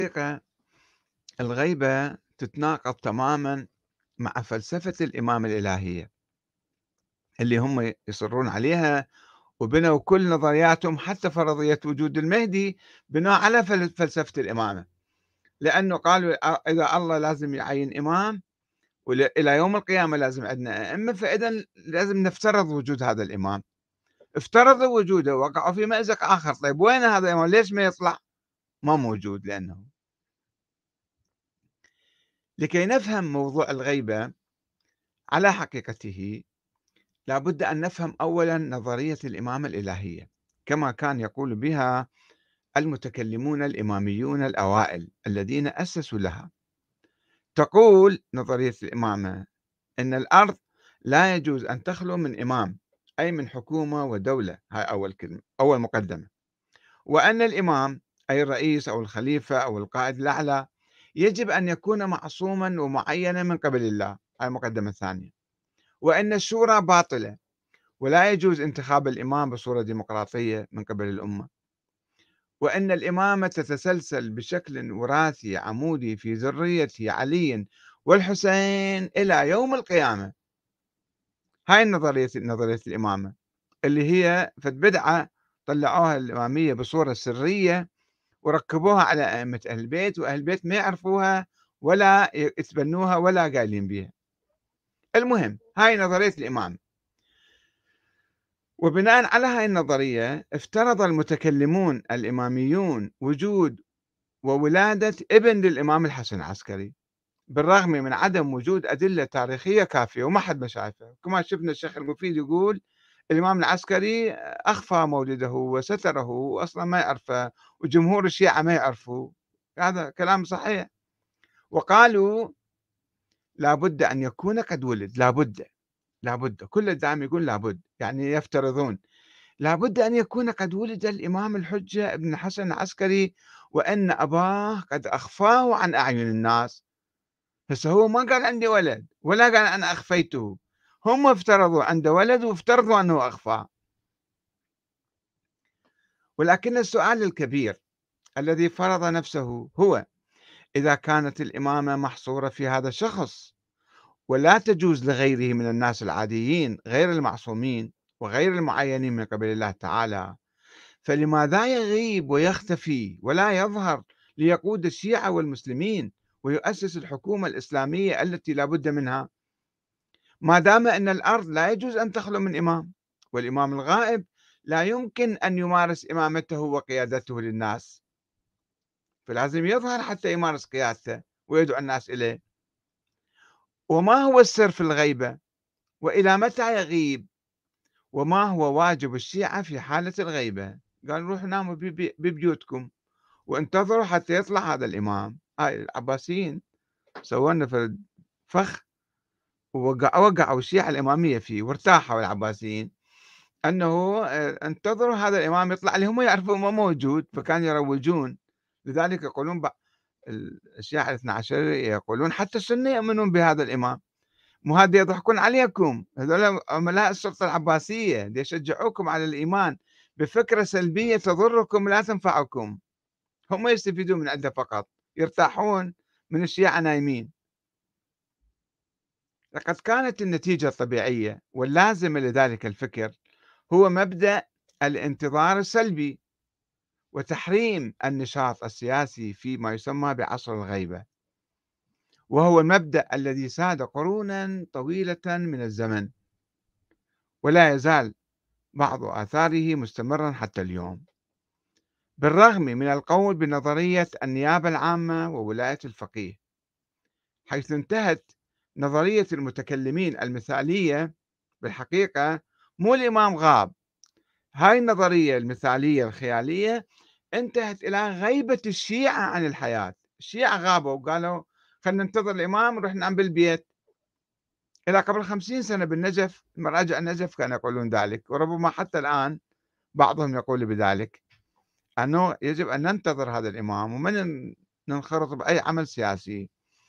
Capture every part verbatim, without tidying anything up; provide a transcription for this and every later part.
الحقيقة الغيبة تتناقض تمامًا مع فلسفة الإمامة الإلهية، اللي هم يصرون عليها، وبنوا كل نظرياتهم حتى فرضية وجود المهدي بناء على فل فلسفة الإمامة، لأنه قالوا أ إذا الله لازم يعيّن إمام ول إلى يوم القيامة لازم عندنا أئمة، فإذًا لازم نفترض وجود هذا الإمام، افترضوا وجوده وقعوا في مأزق آخر، طيب وين هذا الإمام ليش ما يطلع؟ ما موجود لأنه لكي نفهم موضوع الغيبة على حقيقته لابد أن نفهم أولا نظرية الإمامة الإلهية كما كان يقول بها المتكلمون الإماميون الأوائل الذين أسسوا لها. تقول نظرية الإمامة أن الأرض لا يجوز أن تخلو من إمام، أي من حكومة ودولة، هاي أول كلمة أول مقدمة، وأن الإمام أي الرئيس أو الخليفة أو القائد الأعلى يجب أن يكون معصوما ومعينا من قبل الله، هاي المقدمة الثانية، وأن الشورى باطلة ولا يجوز انتخاب الإمام بصورة ديمقراطية من قبل الأمة، وأن الإمامة تتسلسل بشكل وراثي عمودي في ذرية علي والحسين إلى يوم القيامة. هاي النظرية نظرية الإمامة اللي هي فد بدعة طلعوها الإمامية بصورة سرية وركبوها على أئمة أهل البيت، وأهل البيت ما يعرفوها ولا يتبنوها ولا قايلين بها. المهم هاي نظرية الإمامة، وبناء على هاي النظرية افترض المتكلمون الإماميون وجود وولادة ابن للإمام الحسن العسكري بالرغم من عدم وجود أدلة تاريخية كافية وما حد ما شايفه. كما شفنا الشيخ المفيد يقول الإمام العسكري أخفى مولده وستره وأصلا ما يعرفه وجمهور الشيعة ما يعرفوا، هذا كلام صحيح. وقالوا لابد أن يكون قد ولد، لابد لابد كل الدعم يقول لابد، يعني يفترضون لابد أن يكون قد ولد الإمام الحجة ابن الحسن العسكري وأن أباه قد أخفاه عن أعين الناس. هسه هو ما قال عندي ولد ولا قال أنا أخفيته، هم افترضوا عنده ولد وافترضوا أنه أخفاه. ولكن السؤال الكبير الذي فرض نفسه هو إذا كانت الإمامة محصورة في هذا الشخص ولا تجوز لغيره من الناس العاديين غير المعصومين وغير المعينين من قبل الله تعالى، فلماذا يغيب ويختفي ولا يظهر ليقود الشيعة والمسلمين ويؤسس الحكومة الإسلامية التي لا بد منها، ما دام أن الأرض لا يجوز أن تخلو من إمام، والإمام الغائب لا يمكن أن يمارس إمامته وقيادته للناس، فلازم يظهر حتى يمارس قيادته ويدعو الناس إليه. وما هو السر في الغيبة؟ وإلى متى يغيب؟ وما هو واجب الشيعة في حالة الغيبة؟ قال روحوا ناموا ببي- ببيوتكم وانتظروا حتى يطلع هذا الإمام. هاي العباسيين سووا لنا في فخ ووقعوا وقعوا الشيعة الإمامية فيه وارتاحوا العباسيين أنه آه، انتظروا هذا الإمام يطلع اللي هم يعرفون ما موجود، فكانوا يروجون. لذلك يقولون ب- الشيعة الاثنى عشرية يقولون حتى السنة يؤمنون بهذا الإمام، مو هذا يضحكون عليكم، هذول عملاء السلطة العباسية دي يشجعوكم على الإيمان بفكرة سلبية تضركم لا تنفعكم، هم يستفيدون من عندها فقط، يرتاحون من الشيعة نايمين. لقد كانت النتيجة الطبيعية واللازمة لذلك الفكر هو مبدأ الانتظار السلبي وتحريم النشاط السياسي فيما يسمى بعصر الغيبة، وهو المبدأ الذي ساد قرونا طويلة من الزمن ولا يزال بعض آثاره مستمرا حتى اليوم، بالرغم من القول بنظرية النيابة العامة وولاية الفقيه، حيث انتهت نظرية المتكلمين المثالية بالحقيقة مو الإمام غاب، هاي النظرية المثالية الخيالية انتهت إلى غيبة الشيعة عن الحياة. الشيعة غابوا وقالوا خلينا ننتظر الإمام نروح ننام بالبيت. إلى قبل خمسين سنة بالنجف مراجع النجف كانوا يقولون ذلك، وربما حتى الآن بعضهم يقول بذلك، أنه يجب أن ننتظر هذا الإمام ومن ننخرط بأي عمل سياسي.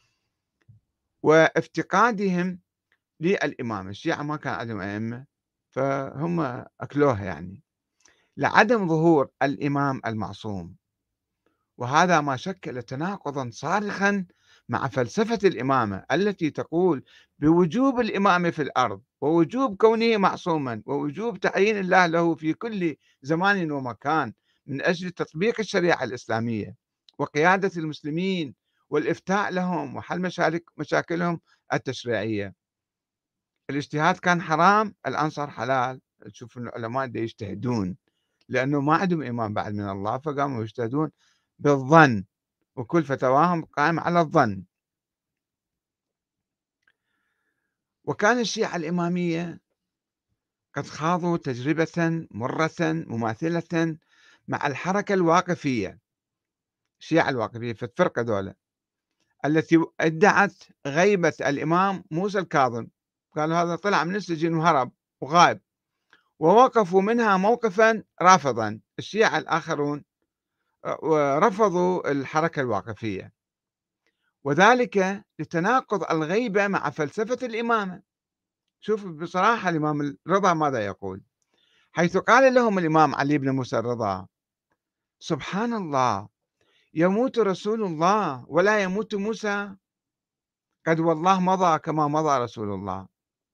وافتقادهم للإمام، الشيعة ما كان عندهم أئمة فهم أكلوها يعني، لعدم ظهور الإمام المعصوم وهذا ما شكل تناقضا صارخا مع فلسفة الإمامة التي تقول بوجوب الإمامة في الأرض، ووجوب كونه معصوما، ووجوب تعيين الله له في كل زمان ومكان من أجل تطبيق الشريعة الإسلامية وقيادة المسلمين والإفتاء لهم وحل مشارك مشاكلهم التشريعية. الاجتهاد كان حرام، الآن صار حلال. تشوف العلماء دا يجتهدون لأنه ما عندهم إيمان بعد من الله، فقاموا يجتهدون بالظن، وكل فتواهم قائمة على الظن. وكان الشيعة الإمامية قد خاضوا تجربة مرة مماثلة مع الحركة الواقفية، الشيعة الواقفية في الفرقة دولة التي ادعت غيبة الإمام موسى الكاظم، قالوا هذا طلع من السجن وهرب وغائب، ووقفوا منها موقفا رافضا. الشيعة الآخرون رفضوا الحركة الواقفية، وذلك لتناقض الغيبة مع فلسفة الإمامة. شوف بصراحة الإمام الرضا ماذا يقول، حيث قال لهم الإمام علي بن موسى الرضا: سبحان الله، يموت رسول الله ولا يموت موسى، قد والله مضى كما مضى رسول الله.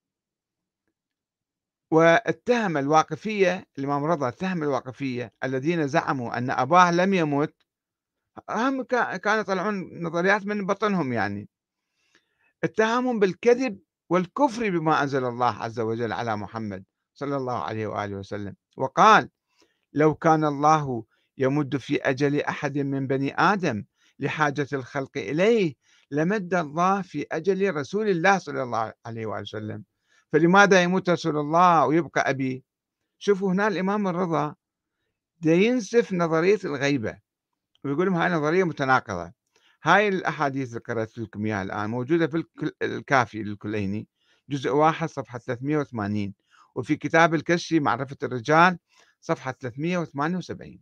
واتهم الواقفية، الإمام رضا اتهم الواقفية الذين زعموا أن أباه لم يمت، هم كانوا يطلعون نظريات من بطنهم يعني، اتهمهم بالكذب والكفر بما أنزل الله عز وجل على محمد صلى الله عليه وآله وسلم، وقال: لو كان الله يمد في أجل أحد من بني آدم لحاجة الخلق إليه لمد الله في أجل رسول الله صلى الله عليه وآله وسلم، فلماذا يموت رسول الله ويبقى أبي؟ شوفوا هنا الإمام الرضا دا ينسف نظرية الغيبة ويقول لهم هاي نظرية متناقضة. هاي الأحاديث اللي قرأت لكم إياها الآن موجودة في الكافي للكليني جزء واحد صفحة ثلاثمئة وثمانين، وفي كتاب الكشي معرفة الرجال صفحة ثلاثمئة وثمانية وسبعين.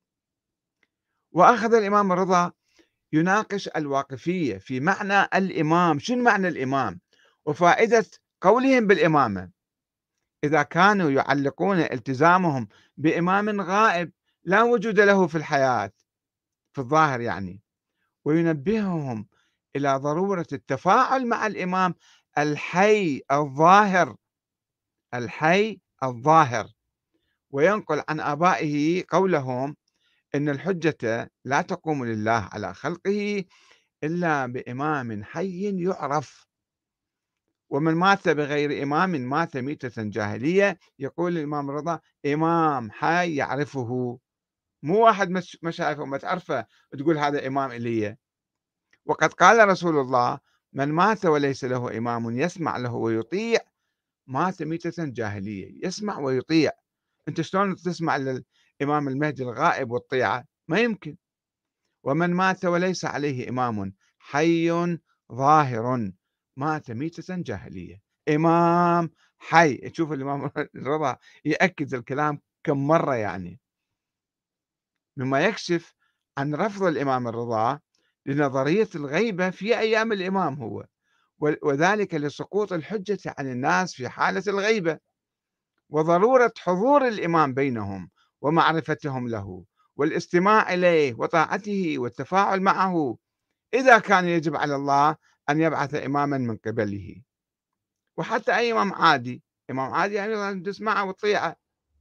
وأخذ الإمام الرضا يناقش الواقفية في معنى الإمام، شنو معنى الإمام وفائدة قولهم بالإمامة، إذا كانوا يعلقون التزامهم بإمام غائب لا وجود له في الحياة في الظاهر يعني، وينبههم إلى ضرورة التفاعل مع الإمام الحي الظاهر، الحي الظاهر، وينقل عن آبائه قولهم إن الحجة لا تقوم لله على خلقه إلا بإمام حي يعرف، ومن مات بغير إمام مات ميتة جاهلية. يقول الإمام الرضا: إمام حي يعرفه، مو واحد مش ما شايفه وما تعرفه تقول هذا إمام إلي. وقد قال رسول الله: من مات وليس له إمام يسمع له ويطيع مات ميتة جاهلية. يسمع ويطيع، أنت شلون تسمع للإمام المهدي الغائب والطيعة؟ ما يمكن. ومن مات وليس عليه إمام حي ظاهر مات ميتة جاهلية. إمام حي، تشوف الإمام الرضا يأكد الكلام كم مرة يعني، مما يكشف عن رفض الإمام الرضا لنظرية الغيبة في أيام الإمام هو، وذلك لسقوط الحجة عن الناس في حالة الغيبة، وضرورة حضور الإمام بينهم ومعرفتهم له والاستماع إليه وطاعته والتفاعل معه، إذا كان يجب على الله أن يبعث إماما من قبله. وحتى أي إمام عادي، إمام عادي يعني تسمعه وتطيعه.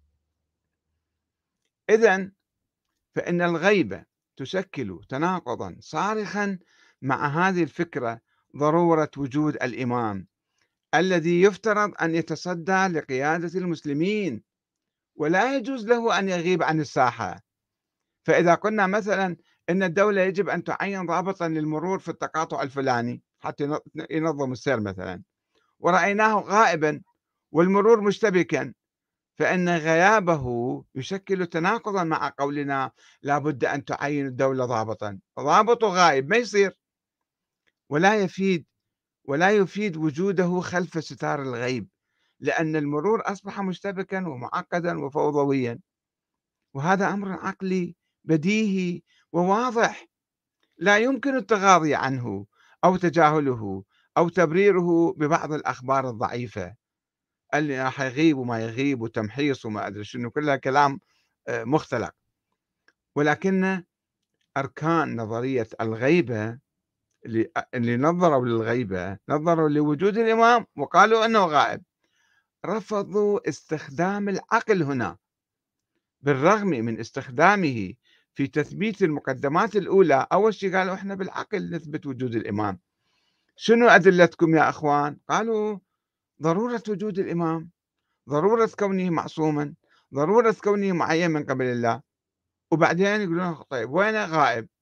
إذن فإن الغيبة تشكل تناقضا صارخا مع هذه الفكرة، ضرورة وجود الإمام الذي يفترض أن يتصدى لقيادة المسلمين ولا يجوز له أن يغيب عن الساحة. فإذا قلنا مثلا أن الدولة يجب أن تعين ضابطا للمرور في التقاطع الفلاني حتى ينظم السير مثلا، ورأيناه غائبا والمرور مشتبكا، فإن غيابه يشكل تناقضا مع قولنا لا بد أن تعين الدولة ضابطا. ضابط غائب ما يصير، ولا يفيد ولا يفيد وجوده خلف ستار الغيب، لأن المرور أصبح مشتبكا ومعقدا وفوضويا، وهذا أمر عقلي بديهي وواضح لا يمكن التغاضي عنه أو تجاهله أو تبريره ببعض الأخبار الضعيفة اللي راح يغيب وما يغيب وتمحيص وما أدري شنو، كلها كلام مختلق. ولكن أركان نظرية الغيبة اللي اللي نظروا للغيبة، نظروا لوجود الإمام وقالوا أنه غائب، رفضوا استخدام العقل هنا، بالرغم من استخدامه في تثبيت المقدمات الأولى. أول شيء قالوا إحنا بالعقل نثبت وجود الإمام. شنو أدلتكم يا أخوان؟ قالوا ضرورة وجود الإمام، ضرورة كونه معصوما، ضرورة كونه معين من قبل الله. وبعدين يقولون طيب وين غائب؟